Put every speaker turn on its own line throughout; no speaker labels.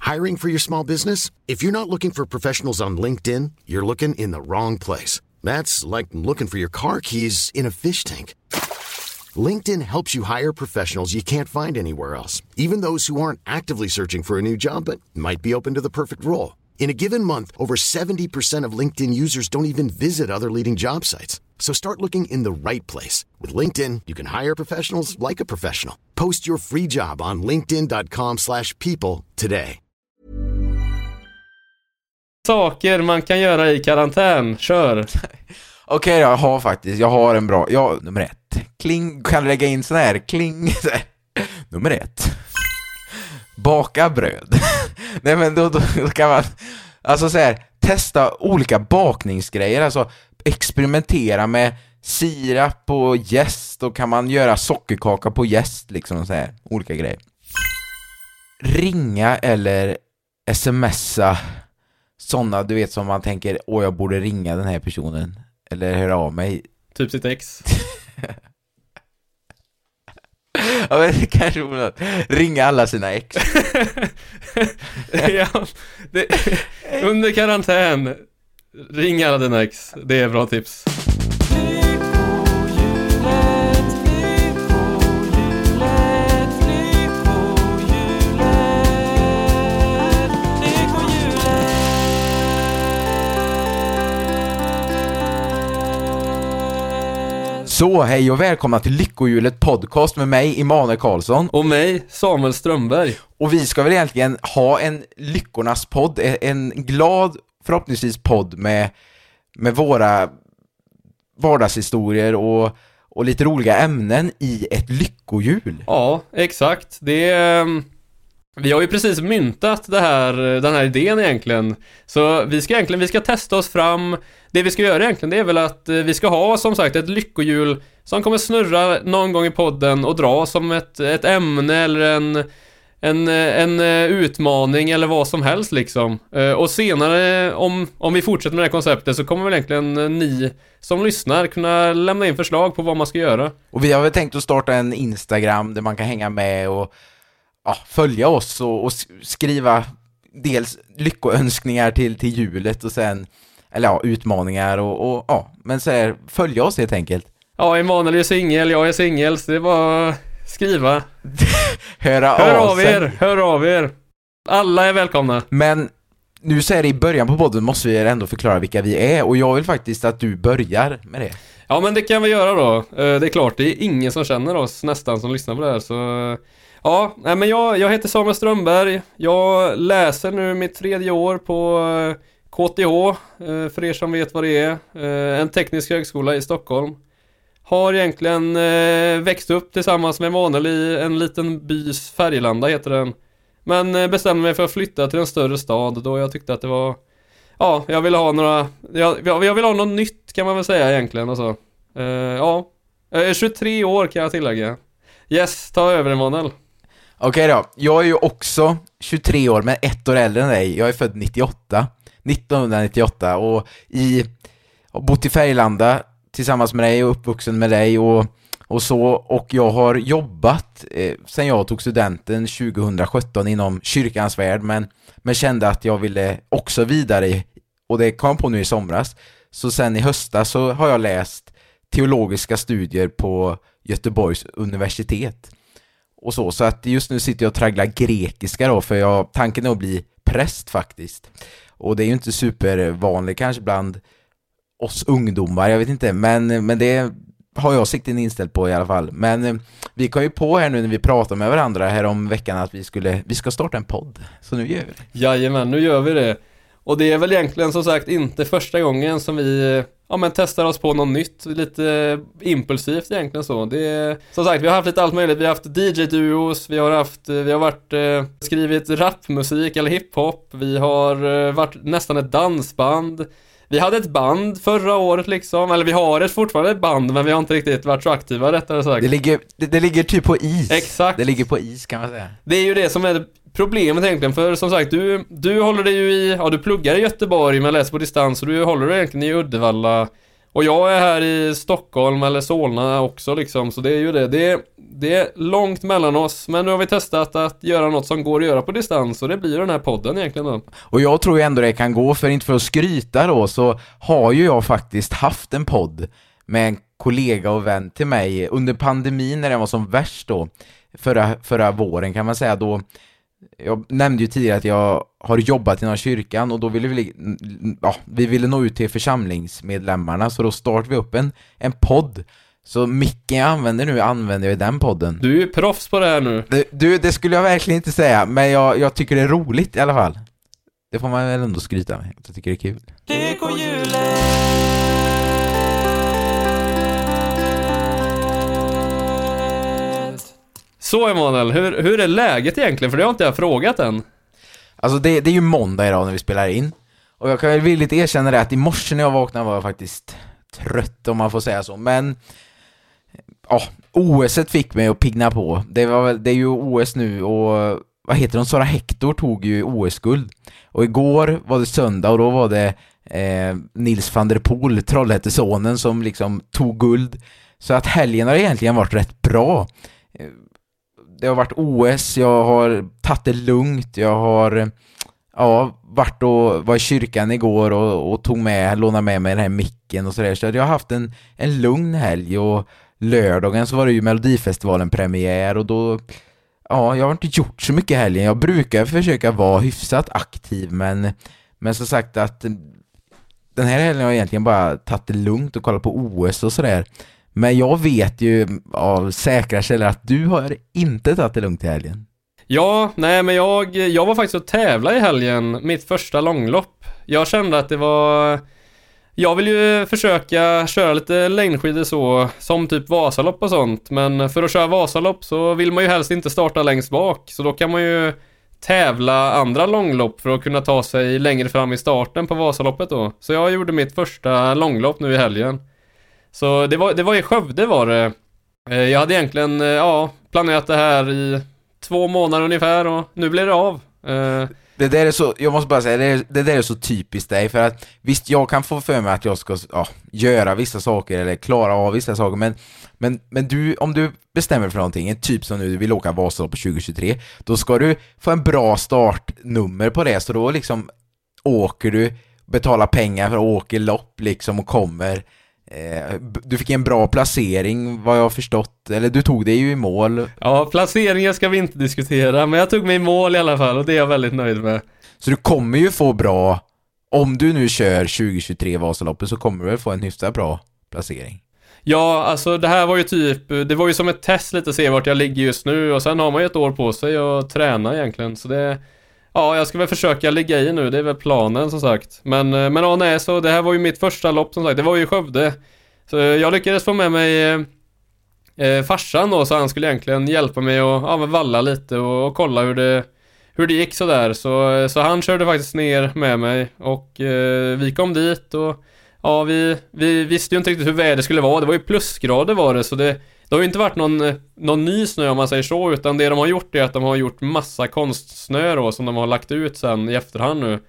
Hiring for your small business? If you're not looking for professionals on LinkedIn, you're looking in the wrong place. That's like looking for your car keys in a fish tank. LinkedIn helps you hire professionals you can't find anywhere else, even those who aren't actively searching for a new job but might be open to the perfect role. In a given month, over 70% of LinkedIn users don't even visit other leading job sites. So start looking in the right place. With LinkedIn, you can hire professionals like a professional. Post your free job on linkedin.com/people today.
Saker man kan göra i karantän. Kör.
Okej, jag har en bra. Ja, nummer 1. Kling, kan du lägga in sån här kling. Nummer 1. Baka bröd. Nej, men då kan man alltså så här, testa olika bakningsgrejer, alltså experimentera med sirap och jäst, och kan man göra sockerkaka på jäst liksom, så här olika grejer. Ringa eller smsa sådana, du vet, som man tänker, jag borde ringa den här personen eller höra av mig.
Typ sitt ex.
Ja, men det kanske borde ringa alla sina ex.
Ja, under karantän, ring alla dina ex. Det är bra tips.
Så, hej och välkomna till Lyckohjulet podcast med mig, Emanuel Karlsson.
Och mig, Samuel Strömberg.
Och vi ska väl egentligen ha en lyckornas podd, en glad, förhoppningsvis podd med våra vardagshistorier och lite roliga ämnen i ett lyckohjul.
Ja, exakt. Vi har ju precis myntat den här idén egentligen. Så vi ska testa oss fram. Det vi ska göra egentligen, det är väl att vi ska ha, som sagt, ett lyckohjul som kommer snurra någon gång i podden och dra som ett ämne eller en utmaning eller vad som helst liksom. Och senare, om vi fortsätter med det här konceptet, så kommer väl egentligen ni som lyssnar kunna lämna in förslag på vad man ska göra.
Och vi har väl tänkt att starta en Instagram där man kan hänga med och följa oss och skriva dels lyckoönskningar till hjulet och sen utmaningar och men så här, följa oss helt enkelt.
Ja, Emanuel är singel, jag är singel, så det är bara skriva.
Hör
av er. Alla är välkomna.
Men nu så är det i början på podden, måste vi ändå förklara vilka vi är, och jag vill faktiskt att du börjar med det.
Ja, men det kan vi göra då. Det är klart, det är ingen som känner oss nästan som lyssnar på det här, så ja, men jag heter Samuel Strömberg. Jag läser nu mitt 3:e år på KTH, för er som vet vad det är. En teknisk högskola i Stockholm. Har egentligen växt upp tillsammans med Emanuel i en liten bys Färgelanda heter den. Men bestämde mig för att flytta till en större stad då jag tyckte att det var... Ja, jag ville ha jag vill ha något nytt, kan man väl säga egentligen. Och så. Jag är 23 år, kan jag tillägga. Yes, ta över, Emanuel.
Okej då, jag är ju också 23 år, men 1 år äldre än dig. Jag är född 1998 och har bott i Färgelanda tillsammans med dig och uppvuxen med dig och så. Och jag har jobbat sen jag tog studenten 2017 inom kyrkans värld, men kände att jag ville också vidare, och det kom på nu i somras. Så sen i höstas så har jag läst teologiska studier på Göteborgs universitet. Och så att just nu sitter jag och tragglar grekiska då, för tanken är att bli präst faktiskt. Och det är ju inte supervanligt kanske bland oss ungdomar, jag vet inte, men det har jag sikten inställd på i alla fall. Men vi kom ju på här nu när vi pratar med varandra här om veckan att vi ska starta en podd. Så nu gör vi det. Jajamän,
nu gör vi det. Och det är väl egentligen som sagt inte första gången som vi testar oss på något nytt, lite impulsivt egentligen så. Som sagt, vi har haft lite allt möjligt. Vi har haft DJ-duos, vi har varit skrivit rapmusik eller hiphop, vi har varit nästan ett dansband. Vi hade ett band förra året liksom, eller vi har fortfarande ett band, men vi har inte riktigt varit så aktiva, rättare sagt.
Det ligger typ på is.
Exakt.
Det ligger på is, kan man säga.
Det är ju det som är problemet egentligen, för som sagt, du håller dig ju du pluggar i Göteborg men läser på distans, och du håller dig egentligen i Uddevalla. Och jag är här i Stockholm eller Solna också liksom, så det är ju det är långt mellan oss, men nu har vi testat att göra något som går att göra på distans, och det blir den här podden egentligen då.
Och jag tror ju ändå det kan gå, för inte för att skryta då, så har ju jag faktiskt haft en podd med en kollega och vän till mig under pandemin när det var som värst då, förra våren kan man säga. Då jag nämnde ju tidigare att jag har jobbat inom kyrkan, och då ville vi ville nå ut till församlingsmedlemmarna, så då startade vi upp en podd. Så micken jag använder jag i den podden.
Du är ju proffs på det här nu.
Det skulle jag verkligen inte säga, men jag tycker det är roligt i alla fall. Det får man väl ändå skryta med. Jag tycker det är kul.
Så Emanuel, hur är läget egentligen? För det har inte jag frågat än.
Alltså det är ju måndag idag när vi spelar in. Och jag kan väl villigt erkänna det att i morse när jag vaknade var jag faktiskt trött, om man får säga så. Men ja, OS-et fick mig att pigna på. Det är ju OS nu, och vad heter de? Sara Hector tog ju OS-guld. Och igår var det söndag, och då var det Nils van der Poel, Trollhättesonen, som liksom tog guld. Så att helgen har egentligen varit rätt bra. Det har varit OS, jag har tagit det lugnt, jag har var i kyrkan igår och lånade med mig den här micken och sådär. Så jag har haft en lugn helg, och lördagen så var det ju Melodifestivalen premiär, och då jag har inte gjort så mycket helgen. Jag brukar försöka vara hyfsat aktiv, men så sagt att den här helgen har jag egentligen bara tagit det lugnt och kollat på OS och sådär. Men jag vet ju av säkra källor att du har inte tagit det lugnt i helgen.
Ja, nej men jag var faktiskt att tävla i helgen, mitt första långlopp. Jag kände att det var... Jag vill ju försöka köra lite längdskidor så, som typ Vasalopp och sånt. Men för att köra Vasalopp så vill man ju helst inte starta längst bak. Så då kan man ju tävla andra långlopp för att kunna ta sig längre fram i starten på Vasaloppet då. Så jag gjorde mitt första långlopp nu i helgen. Så det var i Skövde var det. Jag hade egentligen planerat det här i 2 månader ungefär, och nu blir det av.
Det där är så, jag måste bara säga, det där är så typiskt dig, för att visst, jag kan få för mig att jag ska göra vissa saker eller klara av vissa saker, men du, om du bestämmer för någonting, en typ som nu du vill åka Vasalopp på 2023, då ska du få en bra startnummer på det, så då liksom åker du, betalar pengar för att åka lopp liksom, och kommer. Du fick en bra placering, vad jag har förstått. Eller du tog det ju i mål.
Ja, placeringen ska vi inte diskutera, men jag tog mig i mål i alla fall, och det är jag väldigt nöjd med.
Så du kommer ju få bra, om du nu kör 2023 Vasaloppet, så kommer du väl få en hyfsat bra placering.
Ja, alltså det här var ju det var ju som ett test lite, se vart jag ligger just nu. Och sen har man ju ett år på sig att träna egentligen. Så jag ska väl försöka ligga i nu, det är väl planen som sagt. Men så det här var ju mitt första lopp som sagt, det var ju i Skövde. Så jag lyckades få med mig farsan då, så han skulle egentligen hjälpa mig att valla lite och kolla hur det gick så där. Så han körde faktiskt ner med mig, och vi kom dit, och vi visste ju inte riktigt hur väder skulle vara. Det var ju plusgrader var det, så det har ju inte varit någon ny snö om man säger så, utan det de har gjort är att de har gjort massa konstsnö då, som de har lagt ut sen i efterhand nu.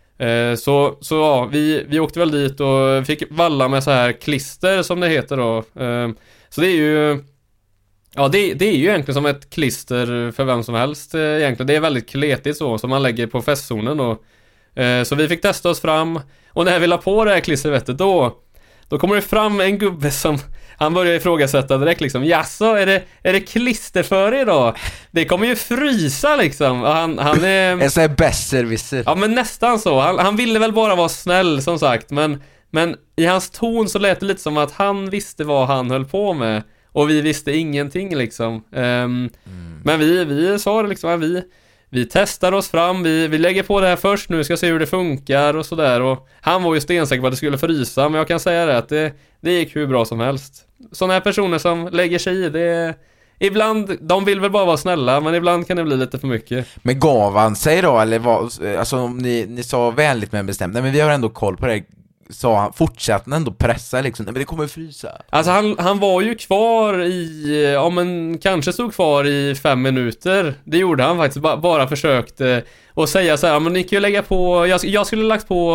Vi åkte väl dit och fick valla med så här klister som det heter då. Så det är ju det är ju egentligen som ett klister för vem som helst egentligen. Det är väldigt kletigt så, som man lägger på fästzonen då. Så vi fick testa oss fram, och när vi la på det här klistervettet då kommer det fram en gubbe som han börjar ifrågasätta direkt liksom. Jaså, är det klister för er då? Det kommer ju frysa liksom. Han är
en sån här besserwisser.
Ja, men nästan så. Han ville väl bara vara snäll som sagt, men i hans ton så lät det lite som att han visste vad han höll på med, och vi visste ingenting liksom. Men vi sa det liksom, vi testar oss fram, vi lägger på det här först nu, ska se hur det funkar och sådär. Och han var ju stensäker på att det skulle frysa, men jag kan säga det att det gick hur bra som helst. Sådana här personer som lägger sig i det, ibland, de vill väl bara vara snälla, men ibland kan det bli lite för mycket.
Men gav han sig då, eller alltså om ni sa vänligt men bestämt, nej men vi har ändå koll på det, sa han, fortsatte han ändå pressa liksom, nej men det kommer frysa. Alltså
han var ju kvar i, kanske stod kvar i 5 minuter. Det gjorde han faktiskt, bara försökte och säga så här, men ni kan ju lägga på, jag skulle lagt på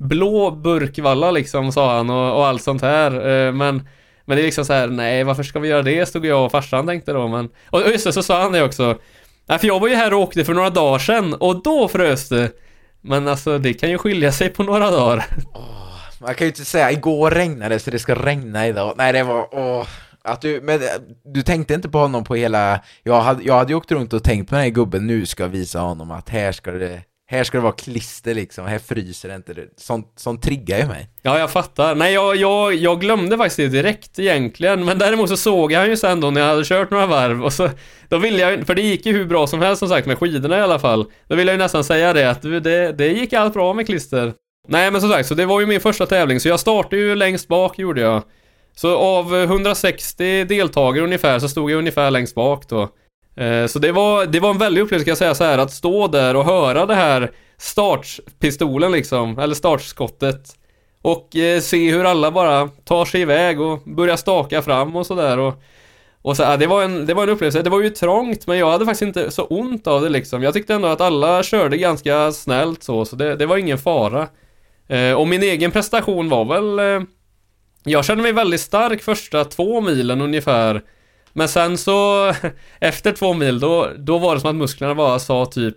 blå burkvalla liksom, sa han, och allt sånt här. Men det är liksom så här: nej, varför ska vi göra det? Stod jag och farsan tänkte då. Men, och just det, så sa han det också. Nej, för jag var ju här och åkte för några dagar sedan, och då frös det. Men alltså, det kan ju skilja sig på några dagar.
Man kan ju inte säga, igår regnade så det ska regna idag. Nej, det var... Men du tänkte inte på honom på hela... Jag hade ju åkt runt och tänkt på den här gubben. Nu ska jag visa honom att här ska det vara klister liksom. Här fryser det inte. Sånt triggar ju mig.
Ja, jag fattar. Nej, jag glömde faktiskt det direkt egentligen. Men däremot så såg jag ju sen då när jag hade kört några varv. Och så, då ville jag... För det gick ju hur bra som helst som sagt med skidorna i alla fall. Då ville jag ju nästan säga det, att det gick allt bra med klister. Nej, men som sagt, så det var ju min första tävling. Så jag startade ju längst bak, gjorde jag. Så av 160 deltagare ungefär så stod jag ungefär längst bak då. Så det var en väldig upplevelse, ska jag säga så här, att stå där och höra det här startpistolen liksom, eller startskottet, och se hur alla bara tar sig iväg och börjar staka fram och sådär. Och så, det var en upplevelse. Det var ju trångt, men jag hade faktiskt inte så ont av det liksom. Jag tyckte ändå att alla körde ganska snällt så det var ingen fara. Och min egen prestation var väl... Jag kände mig väldigt stark första 2 milen ungefär. Men sen så efter 2 mil då var det som att musklerna bara sa typ...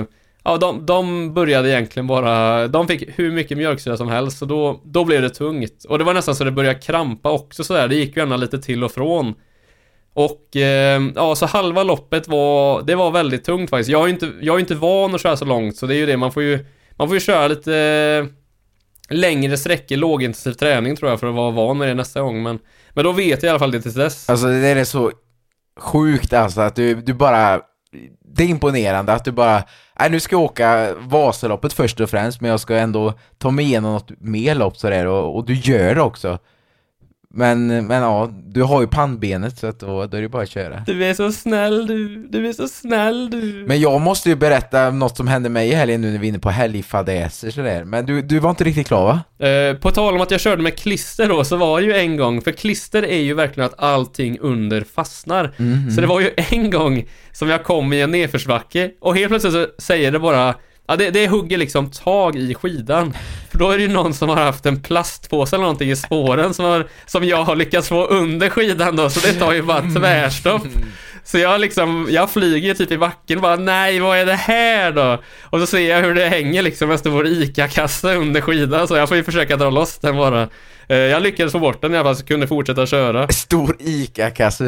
de började egentligen bara... De fick hur mycket mjölksyra som helst. Och då blev det tungt. Och det var nästan så det började krampa också sådär. Det gick ju gärna lite till och från. Och så halva loppet var väldigt tungt faktiskt. Jag är inte van att köra så långt. Så det är ju det, man får ju köra lite... längre sträckor, lågintensiv träning tror jag, för att vara van med det nästa gång. Men då vet jag i alla fall det tills dess.
Alltså det är så sjukt alltså, att du bara... Det är imponerande att du bara... Nej, nu ska jag åka Vasaloppet först och främst, men jag ska ändå ta mig igenom något mer lopp sådär, och du gör det också. Men ja, du har ju pannbenet, så att då är det bara att köra.
Du är så snäll du är så snäll du.
Men jag måste ju berätta något som hände mig i helgen nu när vi är inne på helgfadäser sådär. Men du var inte riktigt klar, va?
På tal om att jag körde med klister då, så var det ju en gång, för klister är ju verkligen att allting under fastnar. Så det var ju en gång som jag kom i en nedförsbacke och helt plötsligt så säger det bara... Ja, det hugger liksom tag i skidan. För då är det ju någon som har haft en plastpåse eller någonting i spåren som jag har lyckats få under skidan då. Så det tar ju bara tvärstopp. Så jag flyger typ i backen och bara, nej, vad är det här då? Och så ser jag hur det hänger liksom en stor ICA-kassa under skidan. Så jag får ju försöka dra loss den bara. Jag lyckades få bort den i alla fall, så kunde fortsätta köra.
Stor ICA-kassa.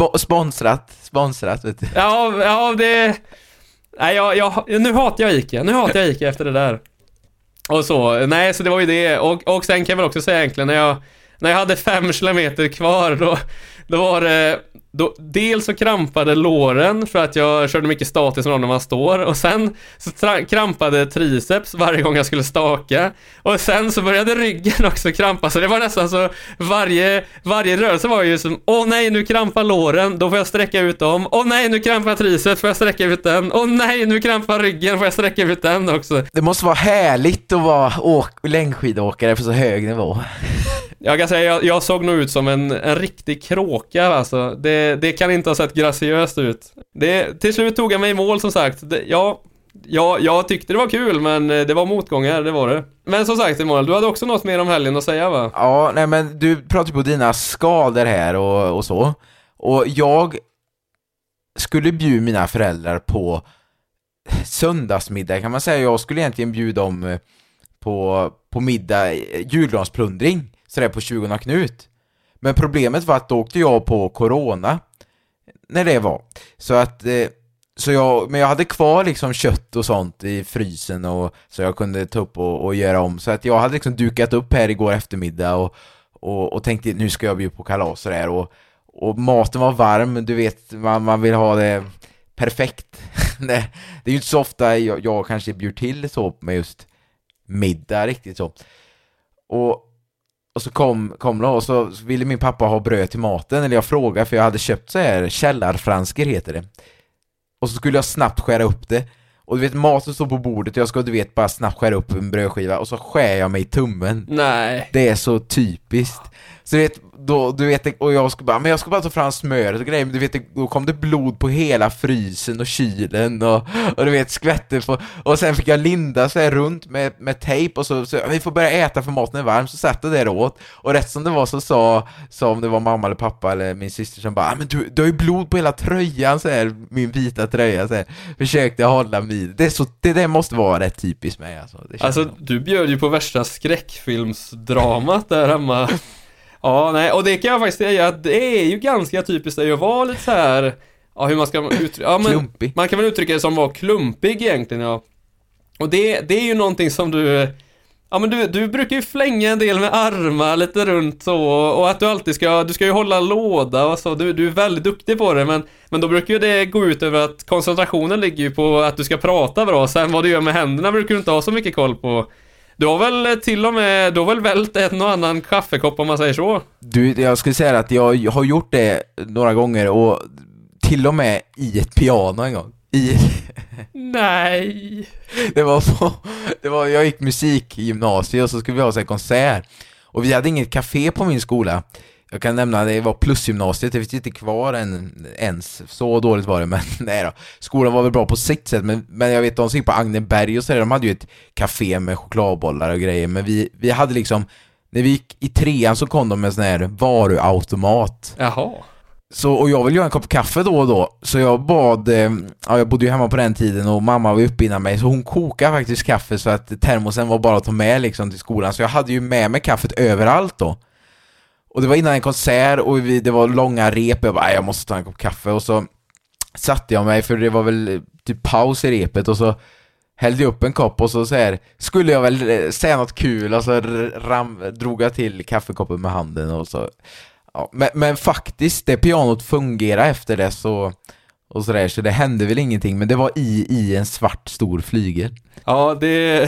Sponsrat vet du.
Ja, det... Nej, nu hatar jag Ica efter det där. Och så, nej, så det var ju det. Och sen kan jag väl också säga egentligen, när jag hade 5 kilometer kvar, då var det... dels så krampade låren för att jag körde mycket statisk när man står, och sen så krampade triceps varje gång jag skulle staka, och sen så började ryggen också krampa, så det var nästan så varje rörelse var ju som, åh nej, nu krampar låren, då får jag sträcka ut dem, åh nej, nu krampar triceps, får jag sträcka ut den, åh nej, nu krampar ryggen, får jag sträcka ut den också.
Det måste vara härligt att vara längdskidåkare på så hög nivå.
Jag kan säga, jag såg nog ut som en riktig kråka alltså. Det kan inte ha sett graciöst ut. Till slut tog jag mig i mål, som sagt. Jag tyckte det var kul, men det var motgångar, det var det. Men som sagt, Emanuel, du hade också något mer om helgen att säga, va?
Ja, nej, men du pratar på dina skador här och så. Och jag skulle bjuda mina föräldrar på söndagsmiddag, kan man säga. Jag skulle egentligen bjuda dem på middag, julgransplundring, så där på 20 Knut. Men problemet var att då åkte jag på corona när det var. Men jag hade kvar liksom kött och sånt i frysen, och så jag kunde ta upp och göra om. Så att jag hade liksom dukat upp här igår eftermiddag och tänkte, nu ska jag bjuda på kalas och där. Och maten var varm, du vet, man vill ha det perfekt. Det är ju inte så ofta jag kanske bjuder till så med just middag riktigt så. Och så kom då, och så ville min pappa ha bröd till maten, eller jag frågade, för jag hade köpt så här källarfransker heter det. Och så skulle jag snabbt skära upp det. Och du vet, maten står på bordet och jag ska, du vet, bara snabbt skära upp en brödskiva, och så skär jag mig i tummen.
Nej.
Det är så typiskt. Så du vet, och jag ska bara ta fram smöret och grejer, men du vet, då kom det blod på hela frysen och kylen och du vet, skvätter på, och sen fick jag linda så här runt med tejp och så vi får börja äta för maten är varm, så satte det åt, och rätt som det var så sa om det var mamma eller pappa eller min syster som bara, men du har ju blod på hela tröjan så här, min vita tröja så här, försökte jag hålla mig. Det måste vara rätt typiskt mig alltså,
du bjöd ju på värsta skräckfilmsdramat där hemma. Ja, nej, och det kan jag faktiskt säga att det är ju ganska typiskt att jag var lite så här, ja, hur man ska uttrycka, ja, men
klumpig.
Man kan väl uttrycka det som var klumpig egentligen, ja. Och det är ju någonting som du, ja, men du brukar ju flänga en del med armar lite runt så, och att du alltid ska ju hålla låda och så, du är väldigt duktig på det, men då brukar ju det gå ut över att koncentrationen ligger ju på att du ska prata bra, sen vad du gör med händerna brukar du inte ha så mycket koll på. Du har väl till och med vält en och annan kaffekopp om man säger så.
Jag skulle säga att jag har gjort det några gånger, och till och med i ett piano en gång.
Nej.
Jag gick musikgymnasiet och så skulle vi ha en konsert. Och vi hade inget café på min skola. Jag kan nämna att det var plusgymnasiet, det finns inte kvar ens. Så dåligt var det, men nej då. Skolan var väl bra på sitt sätt, men jag vet de som gick på Agneberg och så där, de hade ju ett café med chokladbollar och grejer. Men vi hade liksom, när vi gick i 3:an så kom de med sån här varuautomat.
Jaha.
Så, och jag ville göra en kopp kaffe då och då. Så jag jag bodde ju hemma på den tiden och mamma var uppe innan mig. Så hon kokade faktiskt kaffe så att termosen var bara att ta med liksom till skolan. Så jag hade ju med mig kaffet överallt då. Och det var innan en konsert och det var långa rep. Jag bara, jag måste ta en kopp kaffe. Och så satte jag mig, för det var väl typ paus i repet. Och så hällde jag upp en kopp och så här, skulle jag väl säga något kul. Och så drog jag till kaffekoppen med handen och så... Ja, men faktiskt, det pianot fungerar efter det så det hände väl ingenting, men det var i en svart stor flygel. Ja,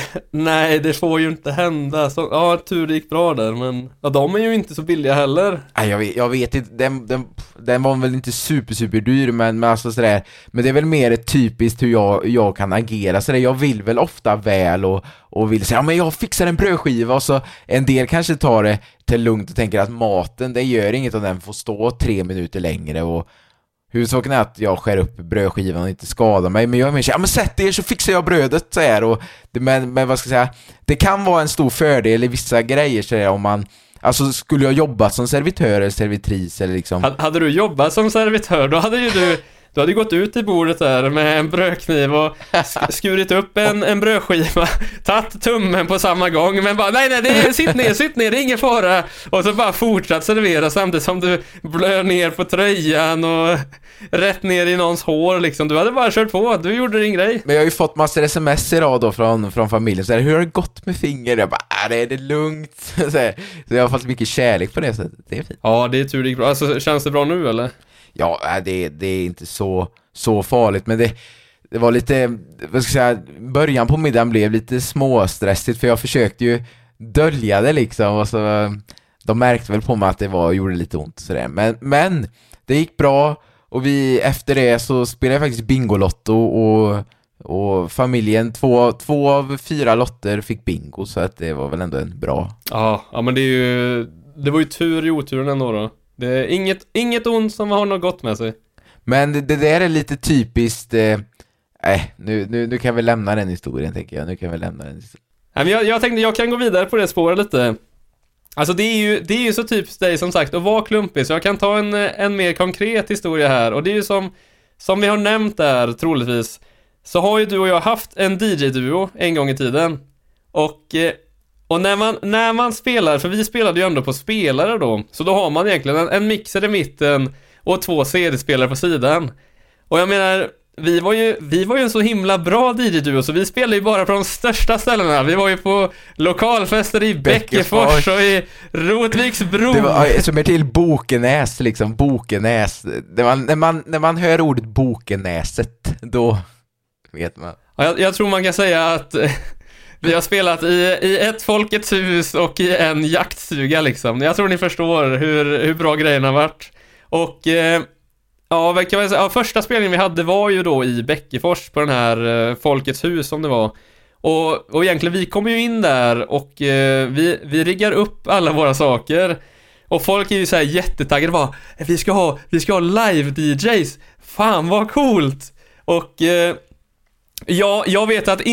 det får ju inte hända. Så, ja, tur det gick bra där, men ja, de är ju inte så billiga heller.
Nej, jag vet inte, den var väl inte super dyr, men alltså sådär, men det är väl mer typiskt hur jag kan agera så där. Jag vill väl ofta väl och vill säga, ja, men jag fixar en brödskiva, och så en del kanske tar det till lugnt och tänker att maten, det gör inget om den får stå 3 minuter längre, och huvudsaken är att jag skär upp brödskivan och inte skadar mig. Men jag är mer så, ja, men sätt er så fixar jag brödet så här. Och men vad ska jag säga, det kan vara en stor fördel i vissa grejer så här, om man, alltså skulle jag jobba som servitör eller servitris eller liksom.
Hade du jobbat som servitör, då hade ju du hade gått ut i bordet där med en brödkniv och skurit upp en brödskiva, tagit tummen på samma gång, men bara nej, sitt ner, det är ingen fara, och så bara fortsatt servera samtidigt som du blör ner på tröjan och rätt ner i någons hår liksom. Du hade bara kört på, du gjorde din grej.
Men jag har ju fått massor sms idag då från familjen så här, hur har det gått med finger? Jag bara, det är lugnt. Så jag har fått mycket kärlek på det, så det är fint.
Ja, det är tur det gick bra. Alltså, känns det bra nu eller?
Ja, det är inte så farligt, men det var lite, vad ska jag säga, början på middagen blev lite småstressigt, för jag försökte ju dölja det liksom, och så de märkte väl på mig att det gjorde lite ont så där. Men det gick bra, och vi efter det så spelade jag faktiskt Bingolotto, och familjen 2 av 4 lotter fick bingo, så att det var väl ändå en bra.
Ja, men det var ju tur i oturen ändå då. Det är inget ont som har något gott med sig.
Men det där är lite typiskt. Nu kan vi lämna den historien, tänker jag.
Men jag tänkte jag kan gå vidare på det spåret lite. Alltså det är ju så typiskt dig som sagt att vara klumpig, så jag kan ta en mer konkret historia här. Och det är ju som vi har nämnt där troligtvis, så har ju du och jag haft en DJ-duo en gång i tiden. Och när man spelar, för vi spelade ju ändå på spelare då, så då har man egentligen en mixer i mitten och 2 CD-spelare på sidan. Och jag menar, vi var ju en så himla bra DJ-duo, så vi spelade ju bara på de största ställena. Vi var ju på lokalfester i Bäckefors och i Rotviksbro.
Det var som är till Bokenäs liksom, Bokenäs. När man hör ordet Bokenäset, då vet man.
Ja, jag tror man kan säga att vi har spelat i ett Folkets hus och i en jaktstuga liksom. Jag tror ni förstår hur bra grejerna har varit. Och ja, kan man säga, första spelningen vi hade var ju då i Bäckefors på den här Folkets hus som det var. Och egentligen vi kommer ju in där och vi riggar upp alla våra saker. Och folk är ju så här jättetaggade, bara vi ska ha live-DJs. Fan vad coolt. Och jag vet att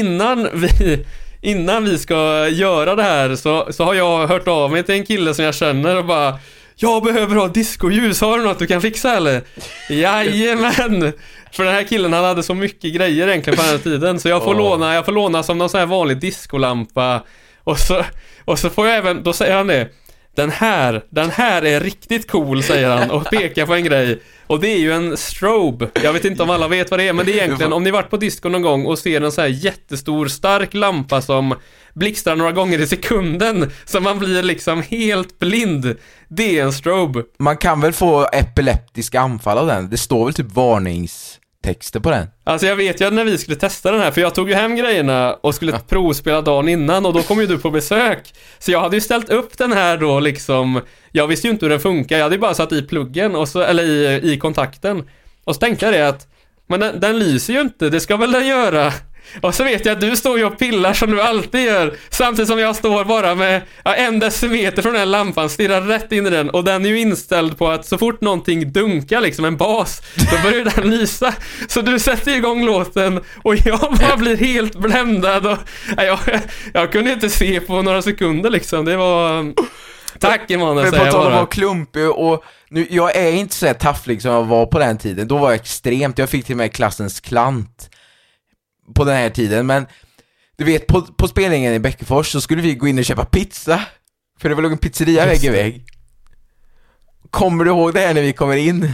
innan vi ska göra det här så har jag hört av mig till en kille som jag känner och bara, jag behöver ha discoljus, har du något du kan fixa eller? Jajamän! För den här killen, han hade så mycket grejer egentligen på den här tiden, så jag får låna som någon sån här vanlig diskolampa. Och så får jag även, då säger han det, den här är riktigt cool, säger han och pekar på en grej. Och det är ju en strobe. Jag vet inte om alla vet vad det är, men det är egentligen, om ni varit på disco någon gång och ser en så här jättestor, stark lampa som blixtrar några gånger i sekunden, så man blir liksom helt blind. Det är en strobe.
Man kan väl få epileptiska anfall av den. Det står väl typ varningstexter på den.
Alltså jag vet ju när vi skulle testa den här, för jag tog ju hem grejerna och skulle provspela dagen innan, och då kom ju du på besök. Så jag hade ju ställt upp den här då liksom, jag visste ju inte hur den funkar. Jag hade ju bara satt i pluggen och så, eller i kontakten. Och så tänkte jag det att, men den lyser ju inte, det ska väl den göra. Och så vet jag att du står ju och pillar som du alltid gör, samtidigt som jag står bara med 1 decimeter från den lampan, stirrar rätt in i den. Och den är ju inställd på att så fort någonting dunkar, liksom en bas, då börjar den lysa. Så du sätter igång låten och jag bara blir helt bländad och jag kunde inte se på några sekunder liksom. Det var... Tack Emanuel, säger jag bara.
Men var klumpig, och nu, jag är inte så här tafflig som jag var på den tiden. Då var jag extremt, jag fick till och med klassens klant på den här tiden. Men du vet, på spelningen i Bäckefors så skulle vi gå in och köpa pizza, för det var en pizzeria vägg i vägg. Kommer du ihåg det här när vi kommer in?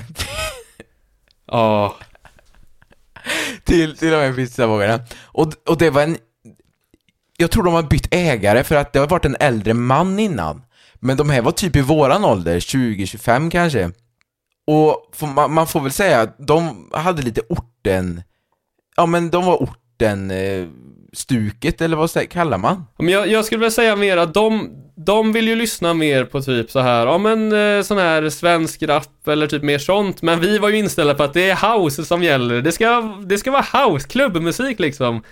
Ja.
till de här pizzavågarna. Och det var jag tror de har bytt ägare, för att det har varit en äldre man innan. Men de här var typ i våran ålder, 20-25 kanske. Och man får väl säga att de hade lite orten. Ja, men de var orten stuket, eller vad kallar man?
Men jag skulle väl säga mer att de vill ju lyssna mer på typ så här, ja men sån här svensk rap eller typ mer sånt. Men vi var ju inställda på att det är house som gäller. Det ska vara house, klubbmusik liksom.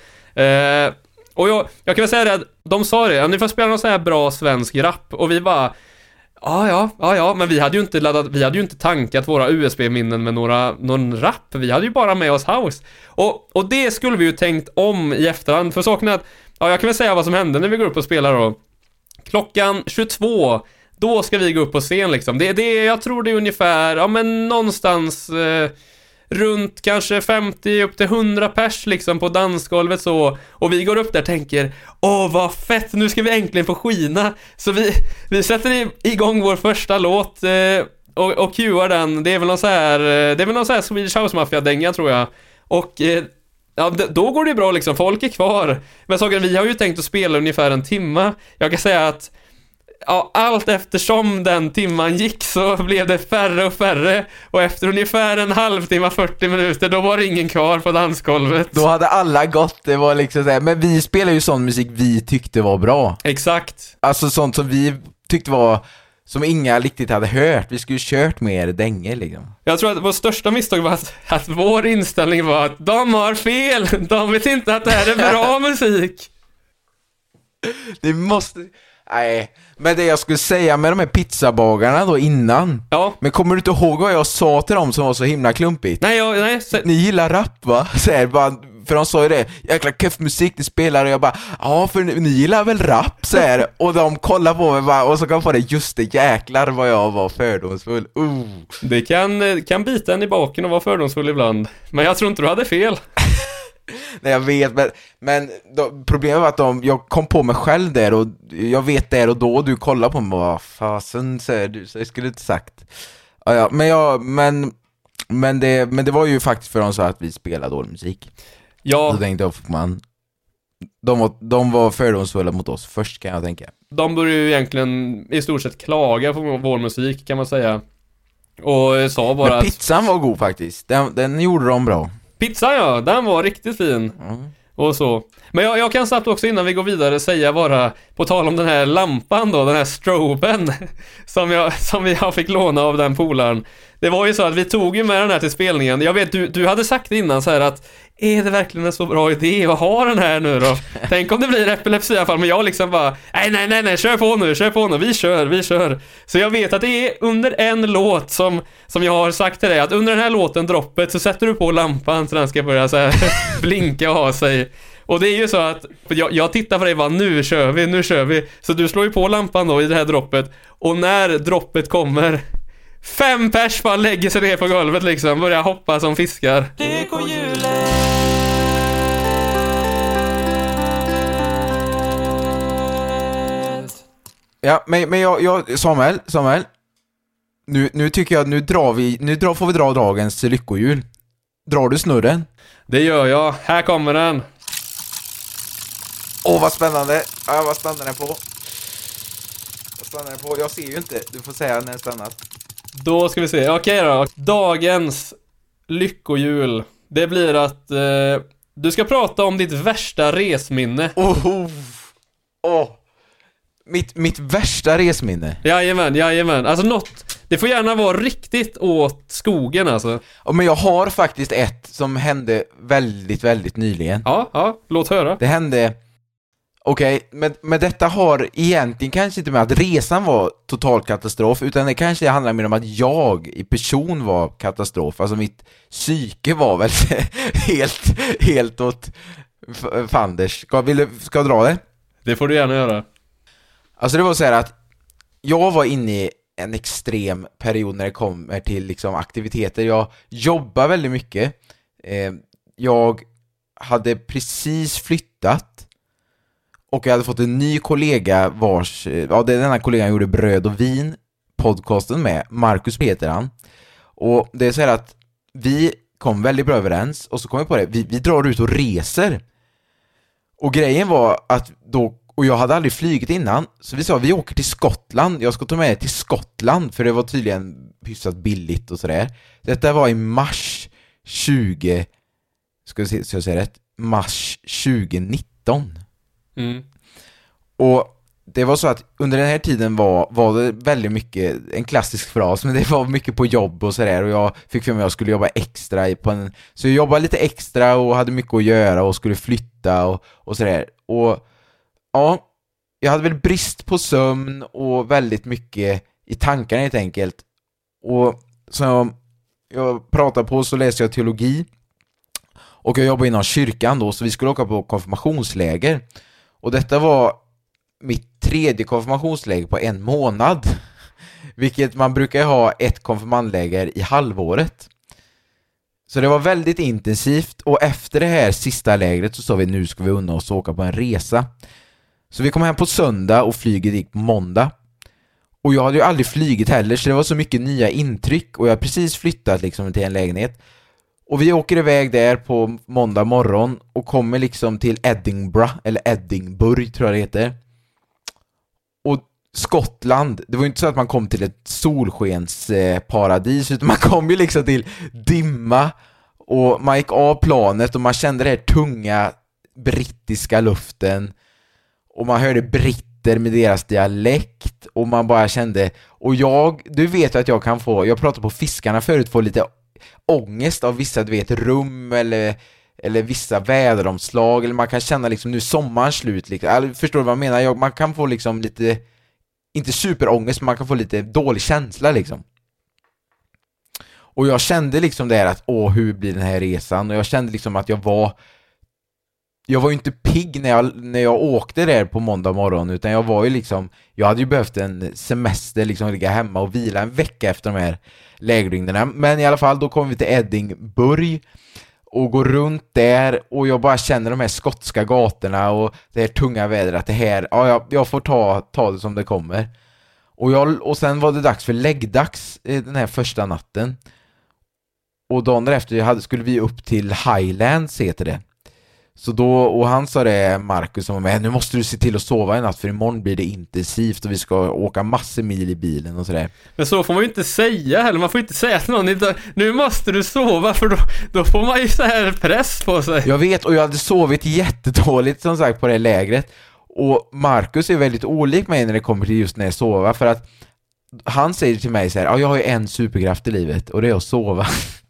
Och jag kan väl säga det att de sa det, ni får spela någon sån här bra svensk rap. Och vi bara, ja, men vi hade ju inte tankat våra USB-minnen med någon rap. Vi hade ju bara med oss house. Och det skulle vi ju tänkt om i efterhand. För saken är att, jag kan väl säga vad som hände när vi går upp och spelar då. Klockan 22, då ska vi gå upp på scen liksom. Jag tror det är ungefär, men någonstans... runt kanske 50 upp till 100 pers liksom på dansgolvet så. Och vi går upp där och tänker, vad fett, nu ska vi äntligen få skina. Så vi sätter igång vår första låt och cuear den. Det är väl någon så här Swedish House Mafia-dänga tror jag. Och då går det bra liksom, folk är kvar. Men saken, vi har ju tänkt att spela ungefär en timme. Jag kan säga att allt eftersom den timman gick så blev det färre och färre. Och efter ungefär en halvtimme, 40 minuter, då var det ingen kvar på dansgolvet.
Då hade alla gått, det var liksom så här, men vi spelar ju sån musik vi tyckte var bra.
Exakt.
Alltså sånt som vi tyckte var, som inga riktigt hade hört. Vi skulle kört mer dänger liksom.
Jag tror att vår största misstag var att vår inställning var att de har fel. De vet inte att det här är bra musik.
Det måste... Nej, men det jag skulle säga med de här pizzabagarna då innan.
Ja.
Men kommer du inte ihåg vad jag sa till dem som var så himla klumpigt?
Nej.
Ni gillar rap, va? Så här, bara, för de sa ju det, jäkla keff musik ni spelar. Och jag bara, för ni gillar väl rap? Så här. Och de kollar på mig bara, och så kan få det, just det, jäklar vad jag var fördomsfull.
Det kan bita en i baken och vara fördomsfull ibland. Men jag tror inte du hade fel.
Nej, jag vet, men problemet var att jag kom på mig själv där, och jag vet där och då du kollar på mig, vad fasen säger du, så jag skulle inte sagt. Men det var ju faktiskt för de sa att vi spelade dålig musik. Ja. Då tänkte de var fördomsfulla mot oss först, kan jag tänka. De
började ju egentligen i stort sett klaga på vår musik, kan man säga. Och sa bara
men pizzan var god faktiskt, den gjorde de bra.
Pizzan, den var riktigt fin. Och så. Men jag kan snabbt också innan vi går vidare säga bara, på tal om den här lampan då, den här stroben som vi fick låna av den polaren. Det var ju så att vi tog ju med den här till spelningen. Jag vet, du hade sagt innan så här att är det verkligen en så bra idé att ha den här nu då? Tänk om det blir epilepsi i alla fall. Men jag liksom bara, nej, kör på nu, vi kör. Så jag vet att det är under en låt som jag har sagt till dig, att under den här låten, droppet, så sätter du på lampan så den ska börja så här blinka och ha sig. Och det är ju så att jag tittar på dig, bara, nu kör vi. Så du slår ju på lampan då i det här droppet. Och när droppet kommer, 5 pers bara lägger sig ner på golvet liksom, börjar hoppa som fiskar.
Ja, men jag Samuel. Nu tycker jag, får vi dra dagens lyckohjul. Drar du snurren?
Det gör jag. Här kommer den.
Vad spännande. Ja, vad spännande på. Jag ser ju inte. Du får säga när det stannat.
Då ska vi se. Okej då. Dagens lyckohjul. Det blir att du ska prata om ditt värsta resminne.
Mitt värsta resminne.
Jajamän. Alltså det får gärna vara riktigt åt skogen alltså.
Ja, men jag har faktiskt ett som hände väldigt, väldigt nyligen.
Ja, låt höra.
Det hände. Okej, men detta har egentligen kanske inte med att resan var total katastrof, utan det kanske handlar mer om att jag i person var katastrof. Alltså mitt psyke var väl helt åt fanders. Ska jag dra det?
Det får du gärna göra.
Alltså det var så här att jag var inne i en extrem period när det kommer till liksom aktiviteter. Jag jobbar väldigt mycket. Jag hade precis flyttat. Och jag hade fått en ny kollega denna kollegan gjorde Bröd och vin podcasten med. Marcus heter han. Och det är så här att vi kom väldigt bra överens. Och så kom vi på det, vi drar ut och reser. Och grejen var att och jag hade aldrig flygit innan. Så vi sa, vi åker till Skottland. Jag ska ta med till Skottland. För det var tydligen hyfsat billigt och sådär. Detta var i mars 2019. Och det var så att under den här tiden var det väldigt mycket en klassisk fras, men det var mycket på jobb och sådär, och jag fick för mig att jag skulle jobba extra så jag jobbade lite extra och hade mycket att göra och skulle flytta och sådär. Och ja, jag hade väl brist på sömn och väldigt mycket i tankarna helt enkelt. Och så jag pratade på, så läste jag teologi. Och jag jobbade inom kyrkan då, så vi skulle åka på konfirmationsläger. Och detta var mitt 3:e konfirmationsläger på 1 månad. Vilket man brukar ha ett konfirmandläger i halvåret. Så det var väldigt intensivt. Och efter det här sista lägret så sa vi, nu ska vi unna oss åka på en resa. Så vi kom hem på söndag och flyget gick på måndag. Och jag hade ju aldrig flygit heller, så det var så mycket nya intryck. Och jag har precis flyttat liksom till en lägenhet. Och vi åker iväg där på måndag morgon och kommer liksom till Edinburgh, eller Edinburgh tror jag det heter. Och Skottland, det var ju inte så att man kom till ett solskensparadis, utan man kom ju liksom till dimma. Och man gick av planet och man kände det här tunga brittiska luften. Och man hörde britter med deras dialekt. Och man bara kände, och du vet att jag pratade på Fiskarna förut, få lite ångest av vissa, rum eller vissa väderomslag, eller man kan känna liksom nu sommaren slut liksom. Förstår du vad jag menar? Man kan få liksom lite, inte superångest, men man kan få lite dålig känsla liksom. Och jag kände liksom det här att hur blir den här resan? Och jag kände liksom att jag var ju inte pigg när jag åkte där på måndag morgon, utan jag var ju liksom, jag hade ju behövt en semester liksom, ligga hemma och vila en vecka efter de här lägerdygnerna. Men i alla fall, då kom vi till Edinburgh och går runt där, och jag bara känner de här skotska gatorna och det här tunga vädret, det här, jag får ta det som det kommer. Och sen var det dags för läggdags den här första natten. Och dagen därefter skulle vi upp till Highlands heter det. Så då, och han sa det, Marcus, som var med, nu måste du se till att sova i natt, för imorgon blir det intensivt och vi ska åka massor mil i bilen och sådär.
Men så får man ju inte säga heller, man får inte säga till någon, nu måste du sova, för då får man ju så här press på sig.
Jag vet, och jag hade sovit jättedåligt som sagt på det här lägret. Och Marcus är väldigt olik mig när det kommer till just när jag sover, för att han säger till mig så här, jag har ju en superkraft i livet och det är att sova.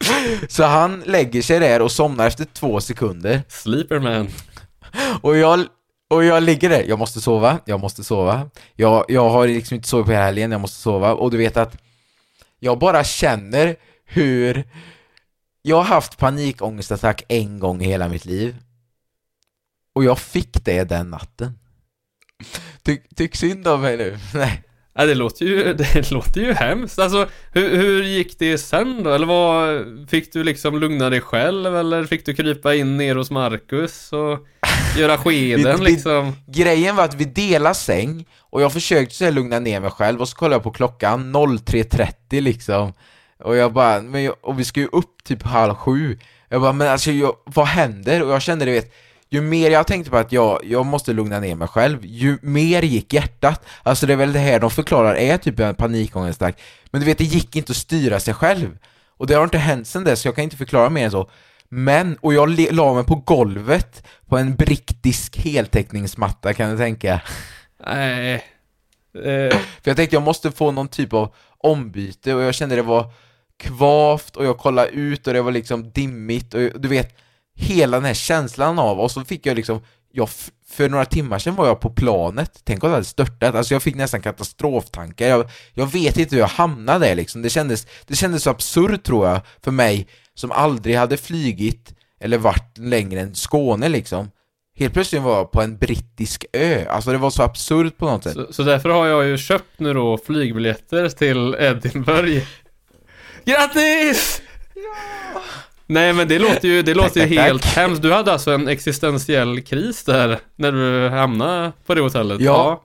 Så han lägger sig där och somnar efter 2 sekunder.
Sleeperman.
Och jag ligger där, jag måste sova. Jag har liksom inte sovit på helgen, jag måste sova. Och du vet att jag bara känner hur jag har haft panikångestattack en gång i hela mitt liv. Och jag fick det den natten. Tyck synd om mig nu. Nej.
Ja, det låter ju hemskt. Alltså, hur gick det sen då? Eller fick du liksom lugna dig själv? Eller fick du krypa in ner hos Marcus och göra skeden liksom?
Grejen var att vi delade säng. Och jag försökte så här lugna ner mig själv. Och så kollade jag på klockan 03:30 liksom. Och jag bara, och vi ska ju upp typ 6:30. Jag bara, men alltså vad händer? Och jag kände, du vet, ju mer jag tänkte på att jag måste lugna ner mig själv, ju mer gick hjärtat. Alltså det är väl det här de förklarar är typ en panikångestattack. Men du vet, det gick inte att styra sig själv. Och det har inte hänt sen dess, så jag kan inte förklara mer än så. Och jag la mig på golvet på en brittisk heltäckningsmatta, kan du tänka.
Nej.
För jag tänkte jag måste få någon typ av ombyte. Och jag kände det var kvavt. Och jag kollade ut och det var liksom dimmigt. Och du vet, hela den här känslan av. Och så fick jag liksom, för några timmar sedan var jag på planet. Tänk om jag hade störtat. Alltså jag fick nästan katastroftankar. Jag vet inte hur jag hamnade där liksom. Det kändes så absurt, tror jag, för mig som aldrig hade flygit eller varit längre än Skåne liksom. Helt plötsligt var jag på en brittisk ö. Alltså det var så absurt på något sätt.
Så därför har jag ju köpt nu då flygbiljetter till Edinburgh. Grattis! Ja! Nej, men det låter ju helt hemskt. Du hade alltså en existentiell kris där när du hamnade på det hotellet.
Ja.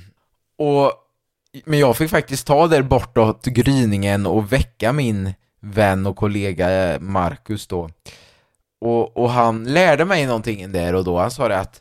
Men jag fick faktiskt ta där bortåt Gryningen och väcka min vän och kollega Marcus då. Och han lärde mig någonting där och då. Han sa det att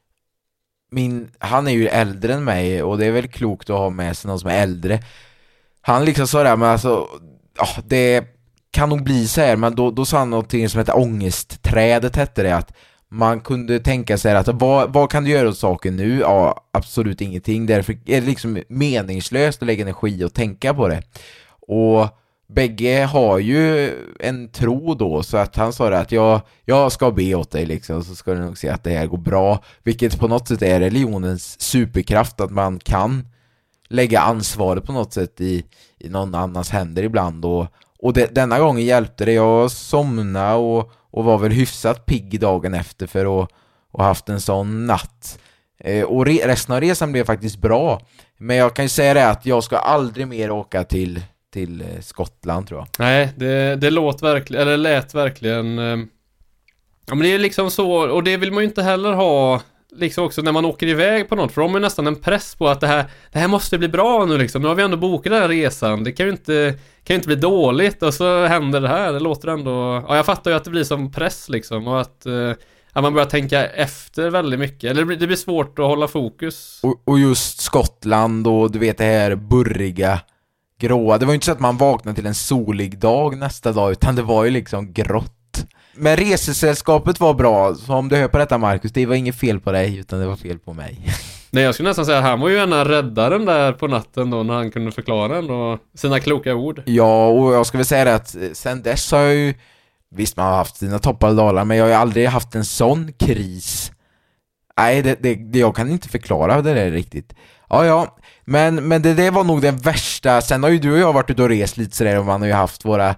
han är ju äldre än mig och det är väl klokt att ha med sig någon som är äldre. Han liksom sa det här, men alltså det kan nog bli så här, men då sa han någonting som heter ångestträdet, hette det, att man kunde tänka sig att vad kan du göra åt saken nu? Ja, absolut ingenting. Därför är det liksom meningslöst att lägga energi och tänka på det. Och bägge har ju en tro då, så att han sa det att jag ska be åt dig liksom, så ska du nog se att det här går bra, vilket på något sätt är religionens superkraft, att man kan lägga ansvaret på något sätt i någon annans händer ibland. Och denna gången hjälpte det. Jag somnade och var väl hyfsat pigg dagen efter för att ha haft en sån natt. Och resten av resan blev faktiskt bra. Men jag kan ju säga det att jag ska aldrig mer åka till Skottland, tror jag.
Nej, det lät verkligen ja, men det är liksom så, och det vill man ju inte heller ha liksom också när man åker iväg på något, för de är nästan en press på att det här måste bli bra nu liksom. Nu har vi ändå bokat den här resan. Det kan ju inte bli dåligt, och så händer det här. Det låter ändå, ja, jag fattar ju att det blir som press liksom, och att man börjar tänka efter väldigt mycket. Eller det blir svårt att hålla fokus.
Och just Skottland och du vet det här burriga gråa. Det var ju inte så att man vaknade till en solig dag nästa dag, utan det var ju liksom grått. Men resesällskapet var bra. Så om du hör på detta, Marcus, det var inget fel på dig, utan det var fel på mig.
Nej, jag skulle nästan säga att han var ju en räddaren där på natten då, när han kunde förklara ändå sina kloka ord. Ja,
och jag ska väl säga det att sen dess har jag ju, visst man har haft sina toppar och dalar, men jag har ju aldrig haft en sån kris. Nej, det jag kan inte förklara det där riktigt. Ja, men det var nog den värsta. Sen har ju du och jag varit ute och rest lite sådär, och man har ju haft våra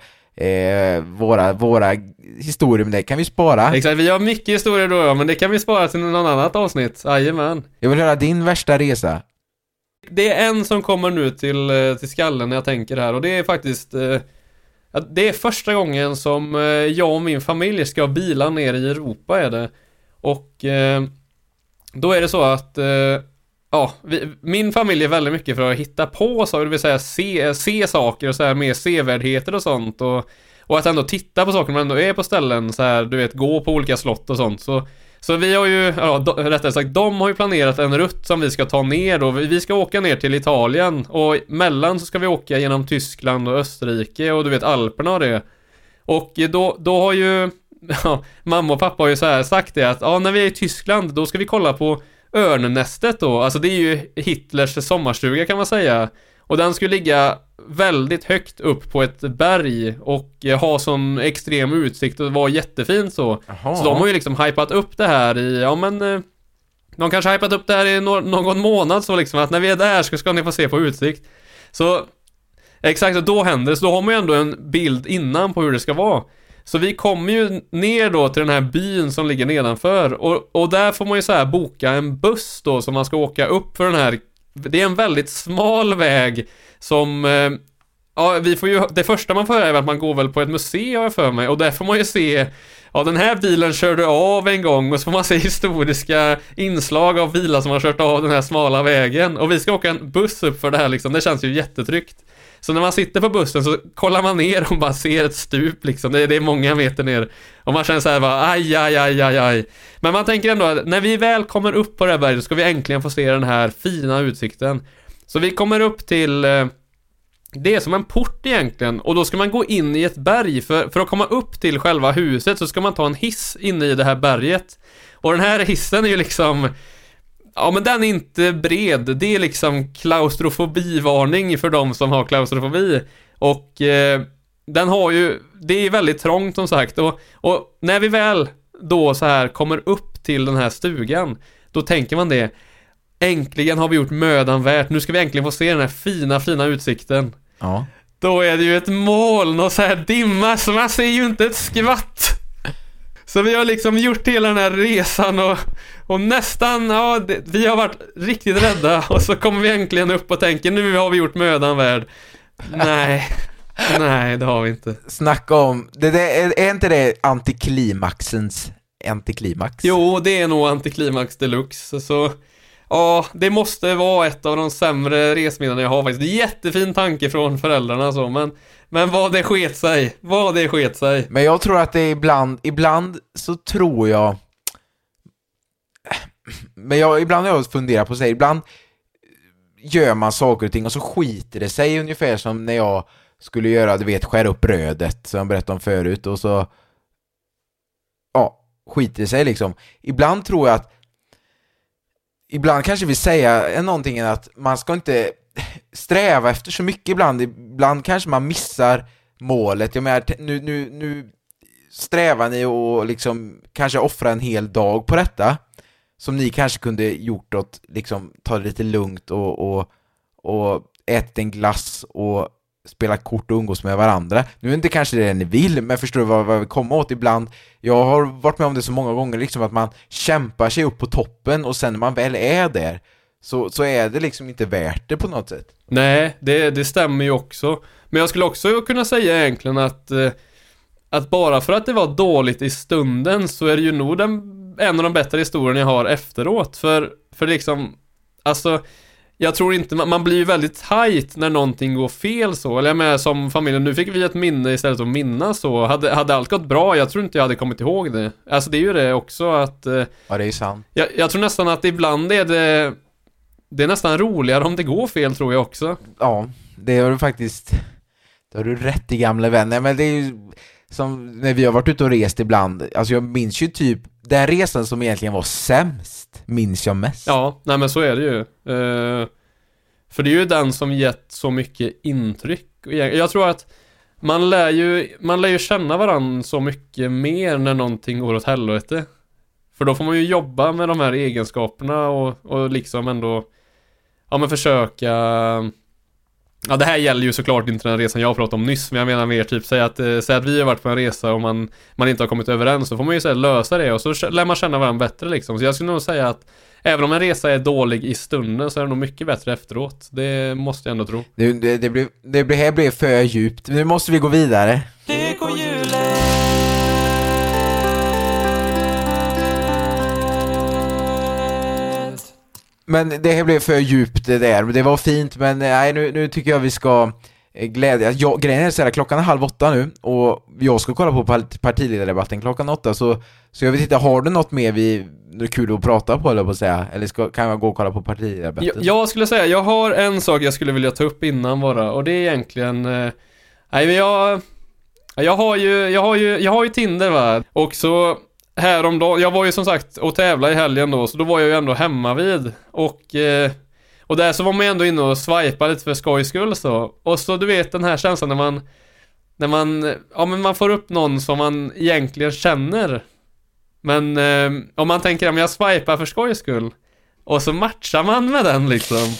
historier, men det kan vi spara.
Exakt, vi har mycket historier då, men det kan vi spara till någon annat avsnitt. Jajamän.
Jag vill höra din värsta resa.
Det är en som kommer nu till skallen när jag tänker här, och det är faktiskt det är första gången som jag och min familj ska bila ner i Europa är det. Och då är det så att min familj är väldigt mycket för att hitta på saker, det vill säga se saker och så här, med sevärdheter och sånt, och att ändå titta på saker man ändå är på ställen så här, du vet, gå på olika slott och sånt. Så vi har ju, rättare sagt, de har ju planerat en rutt som vi ska ta ner då. Vi ska åka ner till Italien, och mellan så ska vi åka genom Tyskland och Österrike och du vet Alperna och det. Och då har ju mamma och pappa har ju så här sagt det att när vi är i Tyskland, då ska vi kolla på Örnnästet då. Alltså det är ju Hitlers sommarstuga, kan man säga. Och den skulle ligga väldigt högt upp på ett berg och ha sån extrem utsikt och var jättefint så.
Jaha.
Så de har ju liksom hypat upp det här i, de kanske hypat upp det här i någon månad så liksom, att när vi är där ska ni få se på utsikt. Så exakt, så då händer det. Så då har man ju ändå en bild innan på hur det ska vara. Så vi kommer ju ner då till den här byn som ligger nedanför. Och där får man ju så här boka en buss då som man ska åka upp för den här. Det är en väldigt smal väg som... vi får ju, det första man får höra är att man går väl på ett museum för mig. Och där får man ju se... Ja, den här bilen körde av en gång och så får man se historiska inslag av bilar som har kört av den här smala vägen. Och vi ska åka en buss upp för det här liksom. Det känns ju jättetryggt. Så när man sitter på bussen så kollar man ner och bara ser ett stup liksom. Det är många meter ner. Och man känner så här bara aj. Men man tänker ändå att när vi väl kommer upp på det här berget ska vi äntligen få se den här fina utsikten. Så vi kommer upp till... det är som en port egentligen. Och då ska man gå in i ett berg. För att komma upp till själva huset så ska man ta en hiss inne i det här berget. Och den här hissen är ju liksom... Ja, men den är inte bred. Det är liksom klaustrofobivarning för de som har klaustrofobi. Och den har ju... Det är väldigt trångt som sagt. Och när vi väl då så här kommer upp till den här stugan, då tänker man det. Äntligen har vi gjort mödan värt. Nu ska vi äntligen få se den här fina utsikten.
Ja.
Då är det ju ett moln och så här dimma, så man ser ju inte ett skvatt. Så vi har liksom gjort hela den här resan och nästan, vi har varit riktigt rädda. Och så kommer vi äntligen upp och tänker, nu har vi gjort mödan värd. Nej, det har vi inte.
Snacka om, är inte det antiklimaxens antiklimax? Jo,
det är nog antiklimax deluxe. Så ja, det måste vara ett av de sämre resminnen jag har faktiskt. Det är jättefin tanke från föräldrarna så, men vad det sket sig.
Men jag tror att det är ibland så tror jag... Men ibland har jag funderat på sig, ibland gör man saker och ting och så skiter det sig, ungefär som när jag skulle göra, skära upp brödet som jag berättade om förut, och så skiter det sig liksom. Ibland tror jag att ibland kanske vi säga någonting att man ska inte sträva efter så mycket ibland kanske man missar målet. Jag menar, nu strävar ni och liksom kanske offra en hel dag på detta som ni kanske kunde gjort åt, liksom ta det lite lugnt och äta en glass och spela kort och umgås med varandra. Nu är det inte kanske det ni vill, men förstår du vad vi kommer åt ibland? Jag har varit med om det så många gånger liksom, att man kämpar sig upp på toppen och sen när man väl är där så är det liksom inte värt det på något sätt.
Nej, det stämmer ju också. Men jag skulle också kunna säga egentligen att bara för att det var dåligt i stunden så är det ju nog en av de bättre historierna jag har efteråt. För liksom, alltså... Jag tror inte, man blir ju väldigt tight när någonting går fel så. Eller jag menar, som familjen, nu fick vi ett minne istället att minnas så. Hade allt gått bra, jag tror inte jag hade kommit ihåg det. Alltså det är ju det också att...
Ja, det är sant.
Jag tror nästan att ibland är det är nästan roligare om det går fel, tror jag också.
Ja, det har du faktiskt... Det har du rätt i, gamla vänner. Men det är ju som när vi har varit ute och rest ibland. Alltså jag minns ju typ den resan som egentligen var sämst, minns jag mest.
Ja, nej men så är det ju. För det är ju den som gett så mycket intryck. Jag tror att man lär ju känna varandra så mycket mer när någonting går åt helvete. För då får man ju jobba med de här egenskaperna och liksom ändå försöka... Ja, det här gäller ju såklart inte den resan jag pratade om nyss, men jag menar mer typ säg att vi har varit på en resa och man inte har kommit överens, så får man ju säga lösa det och så lär man känna varandra bättre liksom. Så jag skulle nog säga att även om en resa är dålig i stunden så är det nog mycket bättre efteråt. Det måste jag ändå tro.
Det här blir för djupt. Nu måste vi gå vidare. Men det här blev för djupt det där. Det var fint, men nej, nu tycker jag vi ska glädjas. Grejen är så här, klockan är 7:30 nu och jag ska kolla på partiledardebatten klockan 8, så jag vet inte, har du något mer det är kul att prata på, eller på att säga, eller kan jag gå och kolla på partiledardebatten?
Jag skulle säga, jag har en sak jag skulle vilja ta upp innan bara, och det är egentligen jag har ju Tinder, va? Och så häromdagen, jag var ju som sagt och tävla i helgen då, så då var jag ju ändå hemma vid och Och där så var man ändå inne och swipa lite för skojs skull så. Och så du vet den här känslan när man får upp någon som man egentligen känner. Men om man tänker att jag swipar för skojs skull. Och så matchar man med den liksom.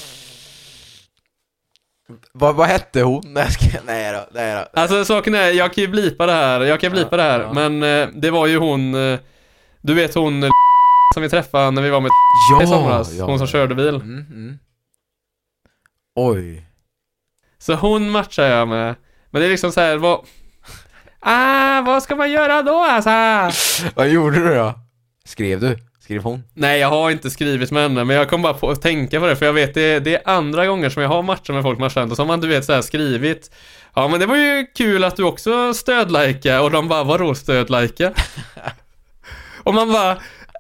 Vad hette hon? Nej då.
Alltså saken är, jag kan ju blipa det här. Men det var ju hon, du vet hon som vi träffade när vi var med i somras. Hon som körde bil.
Oj.
Så hon matchar jag med. Men det är liksom så här, vad ska man göra då alltså?
Vad gjorde du då? Skrev hon?
Nej, jag har inte skrivit med henne. Men jag kom bara på att tänka på det. För jag vet, det är andra gånger som jag har matchat med folk man känt. Och som man, du vet, så här skrivit. Ja, men det var ju kul att du också stödlika. Och de bara, vadå stödlika? Och man bara...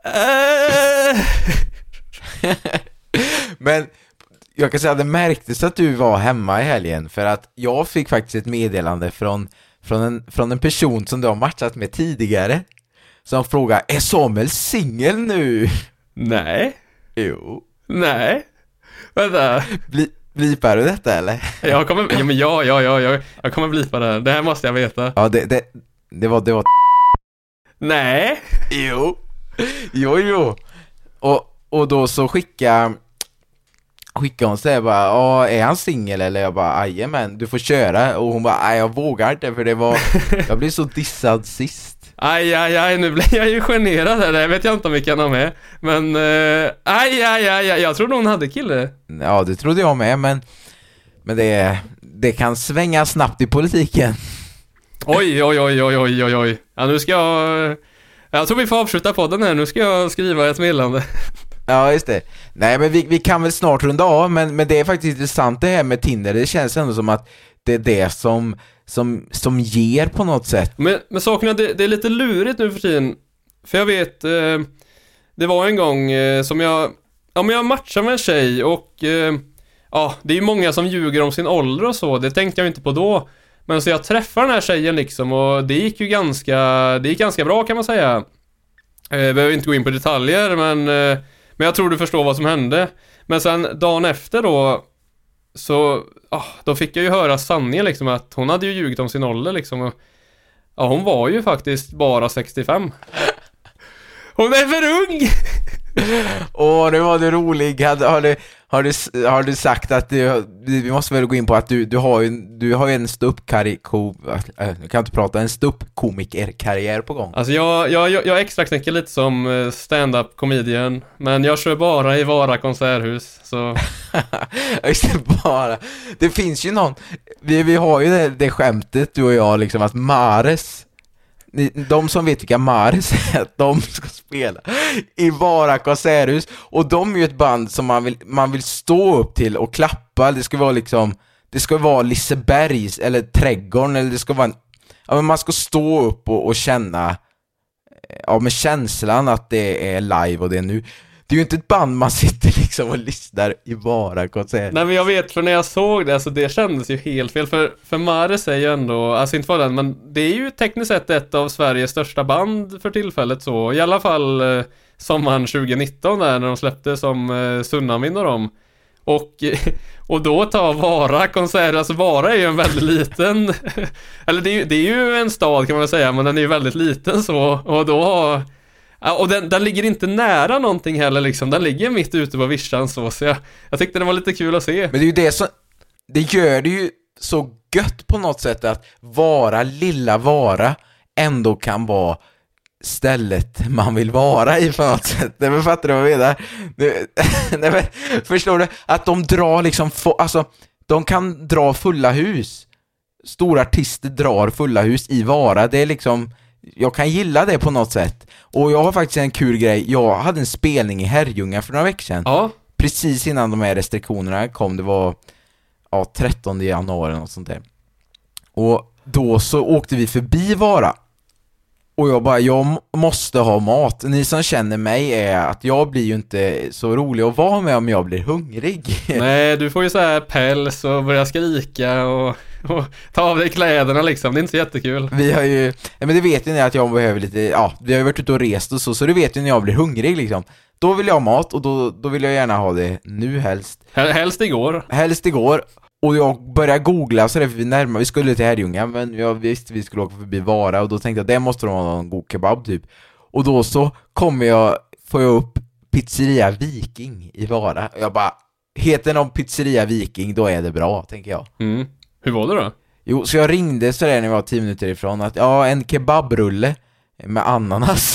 Men jag kan säga att det märktes att du var hemma i helgen. För att jag fick faktiskt ett meddelande från en person som du har matchat med tidigare. Som frågar, är Samuel singel nu?
Nej.
Jo.
Nej. Vänta.
Blipar du detta eller?
Jag kommer blipa det här. Det här måste jag veta.
Ja, det var
Nej.
Jo. Och då så skickade hon sig bara, är han singel? Eller jag bara, men du får köra. Och hon bara, jag vågar inte för jag blev så dissad sist.
Aj, nu blir jag ju generad här. Det vet jag inte om vi kan ha med. Men, jag trodde hon hade kille.
Ja, det trodde jag med, men det kan svänga snabbt i politiken.
Oj. Ja, nu ska jag tror vi får avsluta podden här. Nu ska jag skriva ett meddelande.
Ja, just det. Nej, men vi kan väl snart runda av, men det är faktiskt intressant det här med Tinder. Det känns ändå som att det är det som ger på något sätt.
Men sakerna, det är lite lurigt nu för tiden. För jag vet, det var en gång som jag matchade med en tjej och det är ju många som ljuger om sin ålder och så. Det tänkte jag inte på då. Men så jag träffade den här tjejen liksom och det gick ganska bra kan man säga. Behöver inte gå in på detaljer men jag tror du förstår vad som hände. Men sen dagen efter då så då fick jag ju höra sanningen liksom att hon hade ju ljugit om sin ålder liksom och, hon var ju faktiskt bara 65. Hon är för ung.
Det var det rolig. Har du sagt att vi måste väl gå in på att du har ju en ståuppkomikerkarriär på gång.
Alltså jag extra knäcker lite som stand-up comedian, men jag kör bara i Vara konserthus så.
Just det, bara. Det finns ju någon vi har ju det skämtet du och jag liksom att Mares, de som vet vilka Mares är, att de ska spela i Vara konserthus och de är ju ett band som man vill stå upp till och klappa. Det ska vara Lisebergs eller Trädgården eller det ska vara men man ska stå upp och känna med känslan att det är live och det är nu. Det är ju inte ett band man sitter liksom och lyssnar i Vara konsert.
Nej, men jag vet, för när jag såg det, alltså det kändes ju helt fel. För Mares är ju ändå, alltså inte för den, men det är ju tekniskt sett ett av Sveriges största band för tillfället så. I alla fall sommaren 2019 där när de släppte som Sunnamin och dem. Och då tar Vara konsert, alltså Vara är ju en väldigt liten, eller det är ju en stad kan man väl säga, men den är ju väldigt liten så. Och då har... Och den ligger inte nära någonting heller liksom. Den ligger mitt ute på vischan så jag tyckte det var lite kul att se.
Men det är ju det som det gör det ju så gött på något sätt att lilla Vara ändå kan vara stället man vill vara i på något sätt. Nej, fattar du vad jag menar? Nej, men, förstår du? Att de drar liksom alltså de kan dra fulla hus. Stora artister drar fulla hus i Vara. Det är liksom, jag kan gilla det på något sätt. Och jag har faktiskt en kul grej. Jag hade en spelning i Herrljunga för några veckor sedan.
Ja.
Precis innan de här restriktionerna kom. Det var 13 januari och sånt där. Och då så åkte vi förbi Vara. Och jag måste ha mat. Ni som känner mig är att jag blir ju inte så rolig att vara med om jag blir hungrig.
Nej, du får ju så här päls och börja skrika och ta av dig kläderna liksom. Det är inte så jättekul.
Vi har ju, men det vet ju ni att jag behöver lite, vi har ju varit ute och rest och så det vet ju när jag blir hungrig liksom. Då vill jag ha mat och då vill jag gärna ha det nu helst.
Helst igår.
Helst igår. Och jag började googla så det vi skulle till Herrljunga, men jag visste vi skulle åka förbi Vara och då tänkte jag det måste vara någon god kebab typ. Och då så får jag upp Pizzeria Viking i Vara. Och jag bara, heter någon Pizzeria Viking, då är det bra, tänker jag.
Mm. Hur var det då?
Jo, så jag ringde så där när jag var 10 minuter ifrån att en kebabrulle med ananas.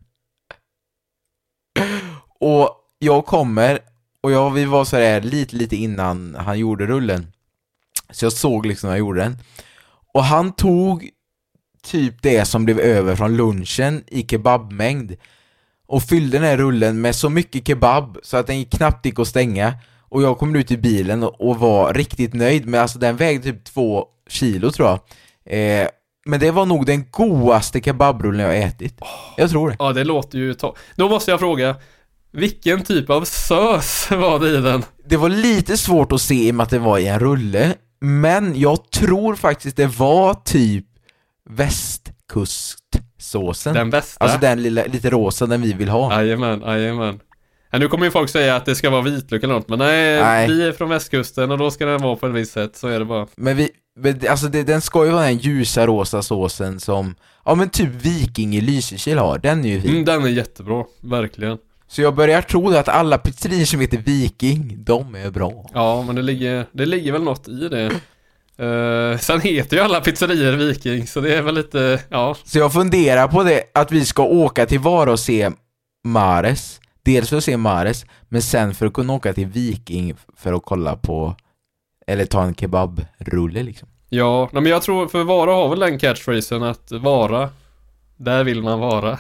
Och jag kommer och vi var så där lite innan han gjorde rullen. Så jag såg liksom när jag gjorde den. Och han tog typ det som blev över från lunchen i kebabmängd och fyllde den här rullen med så mycket kebab så att den knappt gick att stänga. Och jag kom ut i bilen och var riktigt nöjd med, alltså den vägde typ 2 kilo tror jag. Men det var nog den godaste kebabrullen jag ätit. Jag tror det.
Ja, det låter ju Då måste jag fråga, vilken typ av sös var det i den?
Det var lite svårt att se i och med att det var i en rulle. Men jag tror faktiskt det var typ västkustsåsen.
Den bästa?
Alltså den lite rosa, den vi vill ha.
Jajamän. Ja, nu kommer ju folk säga att det ska vara vitlök eller något. Men nej, vi är från västkusten och då ska den vara på ett visst sätt. Så är det bara.
Men alltså den ska ju vara den ljusa rosa såsen som men typ Viking i Lysekil har. Den är ju fin.
Den är jättebra, verkligen.
Så jag börjar tro att alla pizzerior som heter Viking, de är bra.
Ja, men det ligger väl något i det. Sen heter ju alla pizzerior Viking, så det är väl lite,
Så jag funderar på det, att vi ska åka till Vara och se Mares. Dels för att se Mares, men sen för att kunna åka till Viking för att kolla på, eller ta en kebabrulle liksom.
Ja, men jag tror, för Vara har väl den catchphrasen att vara, där vill man vara.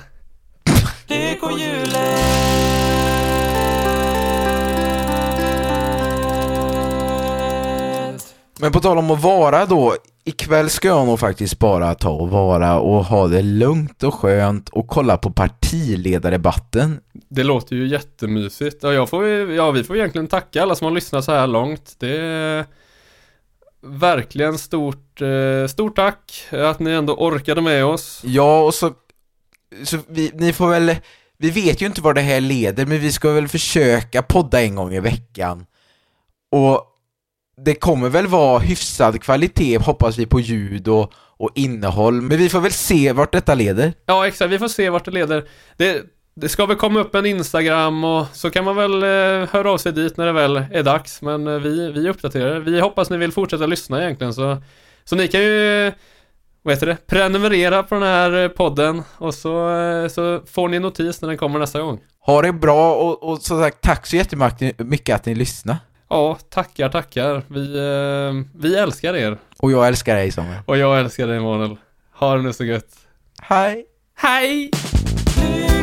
Men på tal om att vara då, ikväll ska jag nog faktiskt bara ta och vara och ha det lugnt och skönt och kolla på partiledardebatten.
Det låter ju jättemysigt. Vi får egentligen tacka alla som har lyssnat så här långt. Det är verkligen stort tack att ni ändå orkade med oss.
Ja, och så ni får väl, vi vet ju inte vad det här leder, men vi ska väl försöka podda en gång i veckan. Och det kommer väl vara hyfsad kvalitet, hoppas vi, på ljud och innehåll. Men vi får väl se vart detta leder.
Ja, exakt. Vi får se vart det leder. Det ska väl komma upp en Instagram och så kan man väl höra av sig dit när det väl är dags. Men vi uppdaterar. Vi hoppas ni vill fortsätta lyssna egentligen. Så ni kan ju prenumerera på den här podden och så får ni en notis när den kommer nästa gång.
Ha det bra och som sagt, tack så jättemycket att ni lyssnar.
Ja, tackar. Vi älskar er.
Och jag älskar dig, Samuel.
Och jag älskar dig, Emanuel. Ha det nu så gött.
Hej.
Hej!